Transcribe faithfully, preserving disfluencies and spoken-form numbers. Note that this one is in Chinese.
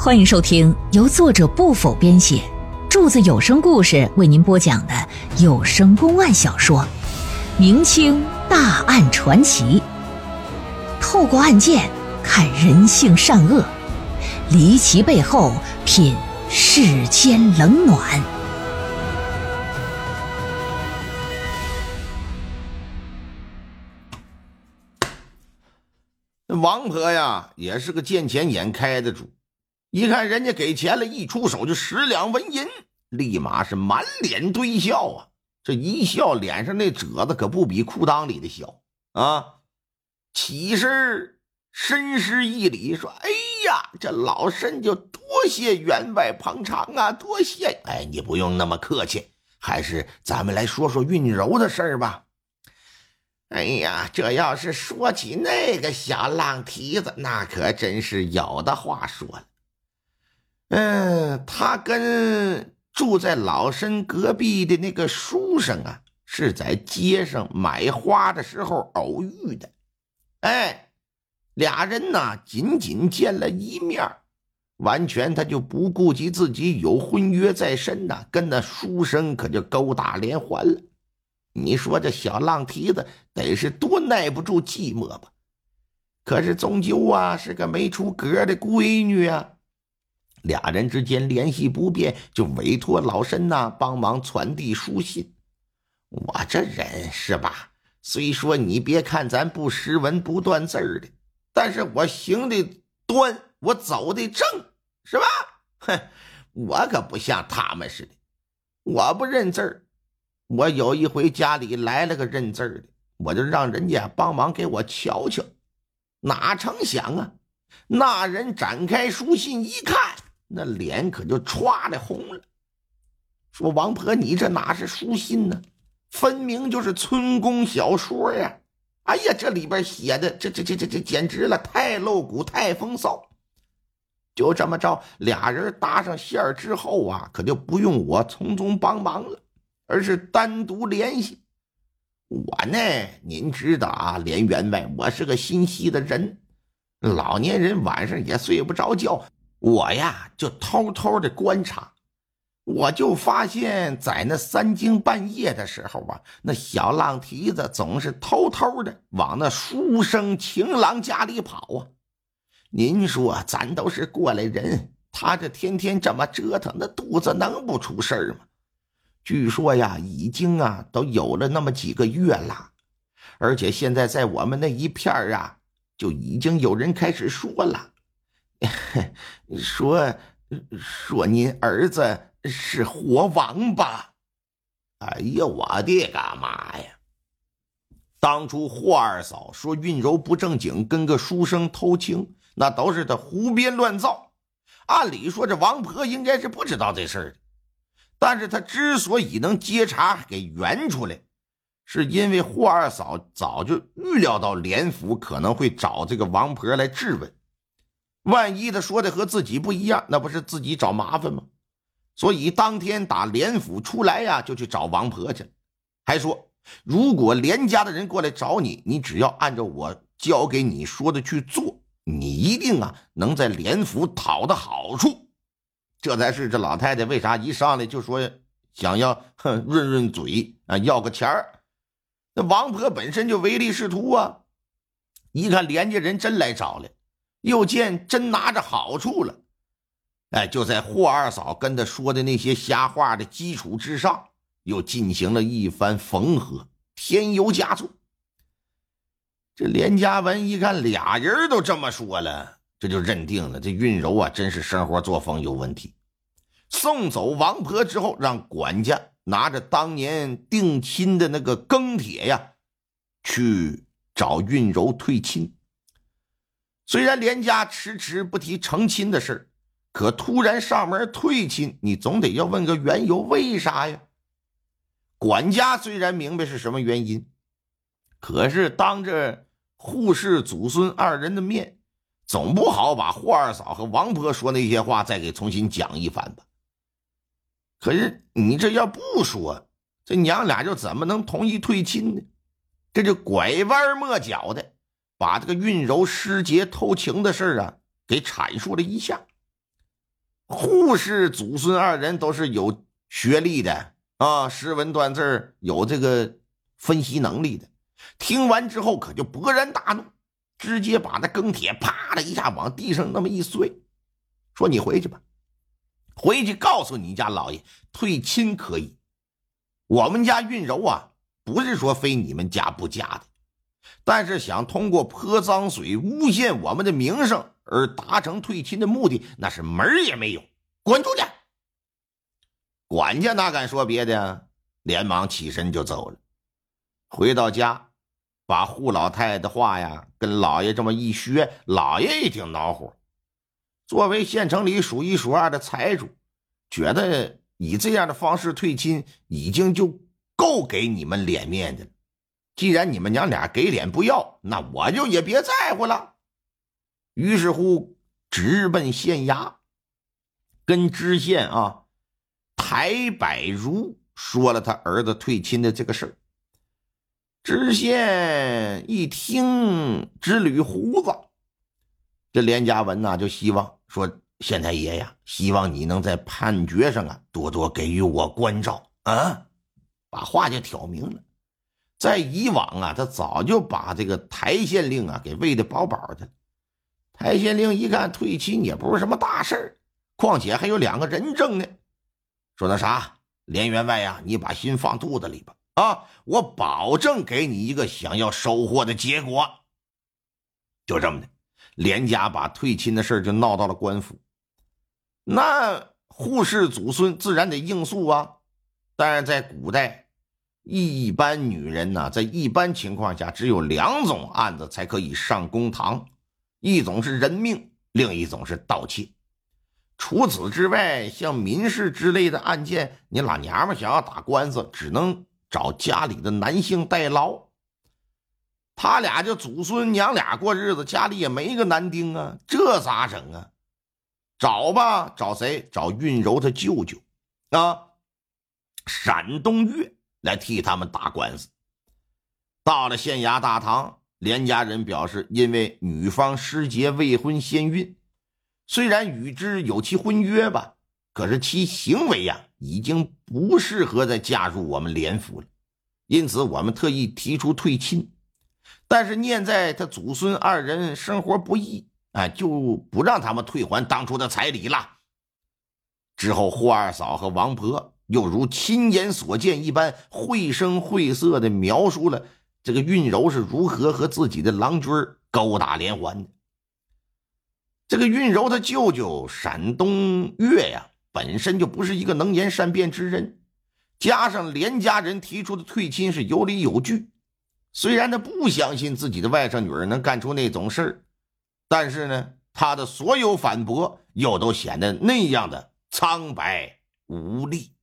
欢迎收听由作者不否编写，柱子有声故事为您播讲的有声公案小说《明清大案传奇》，透过案件看人性善恶，离奇背后品世间冷暖。 王婆呀也是个见钱眼开的主，一看人家给钱了，一出手就十两纹银，立马是满脸堆笑啊！这一笑，脸上那褶子可不比裤裆里的小啊！起身深施一礼，说：“哎呀，这老身就多谢员外捧场啊，多谢！哎，你不用那么客气，还是咱们来说说运柔的事儿吧。”哎呀，这要是说起那个小浪蹄子，那可真是有的话说了。嗯，他跟住在老身隔壁的那个书生啊，是在街上买花的时候偶遇的。哎，俩人呢仅仅见了一面，完全他就不顾及自己有婚约在身呐，跟那书生可就勾搭连环了。你说这小浪蹄子得是多耐不住寂寞吧？可是终究啊是个没出阁的闺女啊。俩人之间联系不便，就委托老身呐、啊、帮忙传递书信。我这人是吧，虽说你别看咱不识文不断字儿的，但是我行的端，我走的正，是吧？哼，我可不像他们似的，我不认字儿。我有一回家里来了个认字的，我就让人家帮忙给我瞧瞧，哪成想啊，那人展开书信一看，那脸可就歘的红了，说：“王婆，你这哪是书信呢？分明就是村宫小说呀！哎呀，这里边写的这这这这这简直了，太露骨，太风骚。”就这么着，俩人搭上线儿之后啊，可就不用我从中帮忙了，而是单独联系。我呢，您知道啊，连员外，我是个心细的人，老年人晚上也睡不着觉，我呀就偷偷的观察，我就发现在那三更半夜的时候啊，那小浪蹄子总是偷偷的往那书生情郎家里跑啊。您说咱都是过来人，他这天天这么折腾，那肚子能不出事儿吗？据说呀，已经啊都有了那么几个月了，而且现在在我们那一片啊，就已经有人开始说了，说说您儿子是活王八。哎呀，我的个妈呀！当初霍二嫂说运柔不正经，跟个书生偷情，那都是他胡编乱造。按理说这王婆应该是不知道这事儿的。但是他之所以能接茬给圆出来，是因为霍二嫂早就预料到连府可能会找这个王婆来质问，万一他说的和自己不一样，那不是自己找麻烦吗？所以当天打连府出来呀，就去找王婆去了，还说如果连家的人过来找你，你只要按照我教给你说的去做，你一定啊能在连府讨到好处。这才是这老太太为啥一上来就说想要哼润润嘴啊，要个钱儿。那王婆本身就唯利是图啊，一看连家人真来找了，又见真拿着好处了，哎，就在霍二嫂跟他说的那些瞎话的基础之上，又进行了一番缝合，添油加醋。这连家文一看俩人都这么说了，这就认定了这运柔啊真是生活作风有问题。送走王婆之后，让管家拿着当年定亲的那个庚帖呀，去找运柔退亲。虽然连家迟迟不提成亲的事，可突然上门退亲，你总得要问个缘由，为啥呀？管家虽然明白是什么原因，可是当着护氏祖孙二人的面，总不好把霍二嫂和王婆说那些话再给重新讲一番吧。可是你这要不说，这娘俩就怎么能同意退亲呢？这就拐弯抹角的把这个运柔失节偷情的事啊给阐述了一下。 护氏祖孙二人都是有学历的啊，识文断字，有这个分析能力的。听完之后可就勃然大怒，直接把那羹铁啪的一下往地上那么一碎，说你回去吧，回去告诉你家老爷退亲可以，我们家韵柔啊不是说非你们家不嫁的，但是想通过泼脏水诬陷我们的名声而达成退亲的目的，那是门儿也没有，滚出去！管家哪敢说别的，连忙起身就走了。回到家，把扈老太太的话呀跟老爷这么一学，老爷也挺恼火。作为县城里数一数二的财主，觉得以这样的方式退亲已经就够给你们脸面的了。既然你们娘俩给脸不要，那我就也别在乎了。于是乎直奔县衙，跟知县啊台百如说了他儿子退亲的这个事儿。知县一听直捋胡子，这连家文呐、啊、就希望说，县太爷呀，希望你能在判决上啊多多给予我关照啊，把话就挑明了。在以往啊，他早就把这个台县令啊给喂得饱饱的。台县令一看退亲也不是什么大事儿，况且还有两个人证呢，说那啥，连员外呀，你把心放肚子里吧，啊，我保证给你一个想要收获的结果。就这么的，连家把退亲的事就闹到了官府。那扈氏祖孙自然得应诉啊，但是在古代，一般女人呢、啊，在一般情况下只有两种案子才可以上公堂，一种是人命，另一种是盗窃。除此之外，像民事之类的案件，你老娘们想要打官司，只能找家里的男性代劳。他俩就祖孙娘俩过日子，家里也没个男丁啊，这咋整啊？找吧，找谁？找韵柔他舅舅啊，闪东岳来替他们打官司。到了县衙大堂，连家人表示，因为女方失节未婚先孕，虽然与之有其婚约吧，可是其行为呀、啊，已经不适合再嫁入我们连府了，因此我们特意提出退亲。但是念在他祖孙二人生活不易，哎，就不让他们退还当初的彩礼了。之后霍二嫂和王婆又如亲眼所见一般，绘声绘色地描述了这个韵柔是如何和自己的郎君勾打连环的。这个韵柔的舅舅闪东岳呀，本身就不是一个能言善辩之人，加上连家人提出的退亲是有理有据，虽然他不相信自己的外甥女儿能干出那种事儿，但是呢，他的所有反驳又都显得那样的苍白无力。